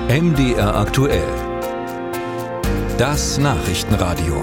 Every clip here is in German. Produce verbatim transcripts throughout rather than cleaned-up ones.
M D R aktuell. Das Nachrichtenradio.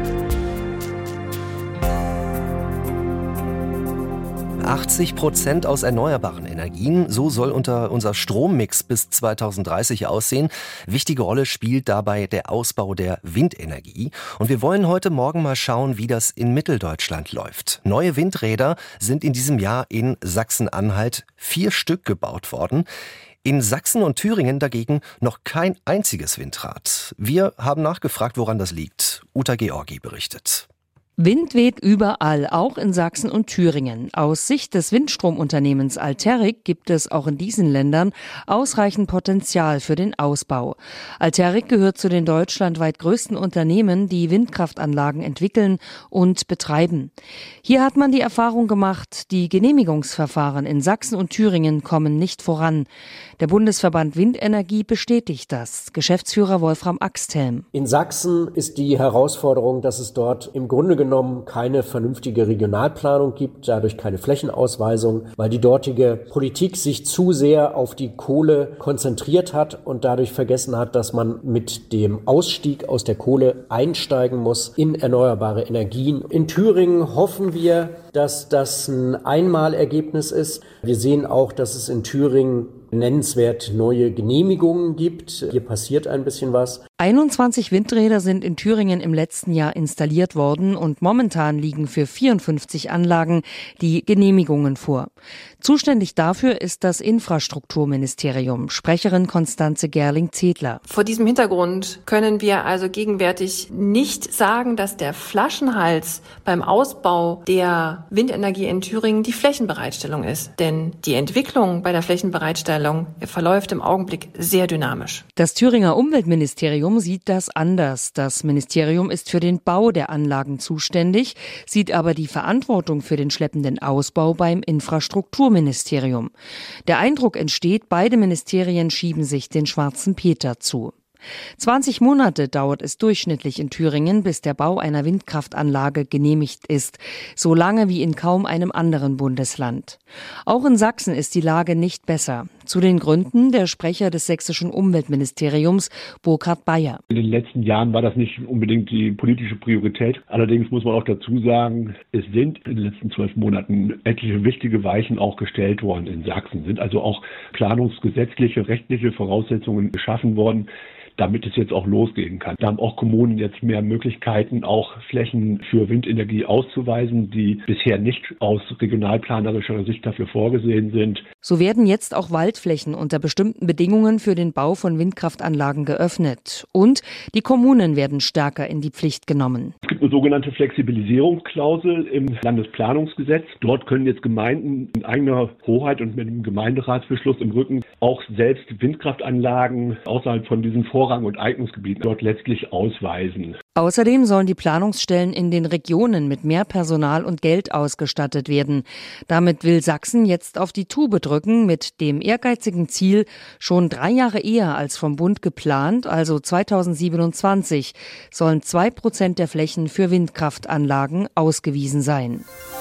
achtzig Prozent aus erneuerbaren Energien, so soll unter unser Strommix bis zweitausenddreißig aussehen. Wichtige Rolle spielt dabei der Ausbau der Windenergie. Und wir wollen heute Morgen mal schauen, wie das in Mitteldeutschland läuft. Neue Windräder sind in diesem Jahr in Sachsen-Anhalt vier Stück gebaut worden. In Sachsen und Thüringen dagegen noch kein einziges Windrad. Wir haben nachgefragt, woran das liegt. Uta Georgi berichtet. Wind weht überall, auch in Sachsen und Thüringen. Aus Sicht des Windstromunternehmens Alterig gibt es auch in diesen Ländern ausreichend Potenzial für den Ausbau. Alterig gehört zu den deutschlandweit größten Unternehmen, die Windkraftanlagen entwickeln und betreiben. Hier hat man die Erfahrung gemacht, die Genehmigungsverfahren in Sachsen und Thüringen kommen nicht voran. Der Bundesverband Windenergie bestätigt das. Geschäftsführer Wolfram Axthelm. In Sachsen ist die Herausforderung, dass es dort im Grunde genommen keine vernünftige Regionalplanung gibt, dadurch keine Flächenausweisung, weil die dortige Politik sich zu sehr auf die Kohle konzentriert hat und dadurch vergessen hat, dass man mit dem Ausstieg aus der Kohle einsteigen muss in erneuerbare Energien. In Thüringen hoffen wir, dass das ein Einmalergebnis ist. Wir sehen auch, dass es in Thüringen nennenswert neue Genehmigungen gibt. Hier passiert ein bisschen was. einundzwanzig Windräder sind in Thüringen im letzten Jahr installiert worden und momentan liegen für vierundfünfzig Anlagen die Genehmigungen vor. Zuständig dafür ist das Infrastrukturministerium. Sprecherin Konstanze Gerling-Zedler. Vor diesem Hintergrund können wir also gegenwärtig nicht sagen, dass der Flaschenhals beim Ausbau der Windenergie in Thüringen die Flächenbereitstellung ist. Denn die Entwicklung bei der Flächenbereitstellung verläuft im Augenblick sehr dynamisch. Das Thüringer Umweltministerium sieht das anders. Das Ministerium ist für den Bau der Anlagen zuständig, sieht aber die Verantwortung für den schleppenden Ausbau beim Infrastrukturministerium. Der Eindruck entsteht, beide Ministerien schieben sich den schwarzen Peter zu. zwanzig Monate dauert es durchschnittlich in Thüringen, bis der Bau einer Windkraftanlage genehmigt ist. So lange wie in kaum einem anderen Bundesland. Auch in Sachsen ist die Lage nicht besser. Zu den Gründen der Sprecher des sächsischen Umweltministeriums, Burkhard Bayer. In den letzten Jahren war das nicht unbedingt die politische Priorität. Allerdings muss man auch dazu sagen, es sind in den letzten zwölf Monaten etliche wichtige Weichen auch gestellt worden in Sachsen. Sind also auch planungsgesetzliche, rechtliche Voraussetzungen geschaffen worden, damit es jetzt auch losgehen kann. Da haben auch Kommunen jetzt mehr Möglichkeiten, auch Flächen für Windenergie auszuweisen, die bisher nicht aus regionalplanerischer Sicht dafür vorgesehen sind. So werden jetzt auch Waldflächen unter bestimmten Bedingungen für den Bau von Windkraftanlagen geöffnet. Und die Kommunen werden stärker in die Pflicht genommen. Es gibt eine sogenannte Flexibilisierungsklausel im Landesplanungsgesetz. Dort können jetzt Gemeinden in eigener Hoheit und mit dem Gemeinderatsbeschluss im Rücken auch selbst Windkraftanlagen außerhalb von diesen Vorrang- und Eignungsgebieten dort letztlich ausweisen. Außerdem sollen die Planungsstellen in den Regionen mit mehr Personal und Geld ausgestattet werden. Damit will Sachsen jetzt auf die Tube drücken mit dem ehrgeizigen Ziel, schon drei Jahre eher als vom Bund geplant, also zweitausendsiebenundzwanzig, sollen zwei Prozent der Flächen für Windkraftanlagen ausgewiesen sein.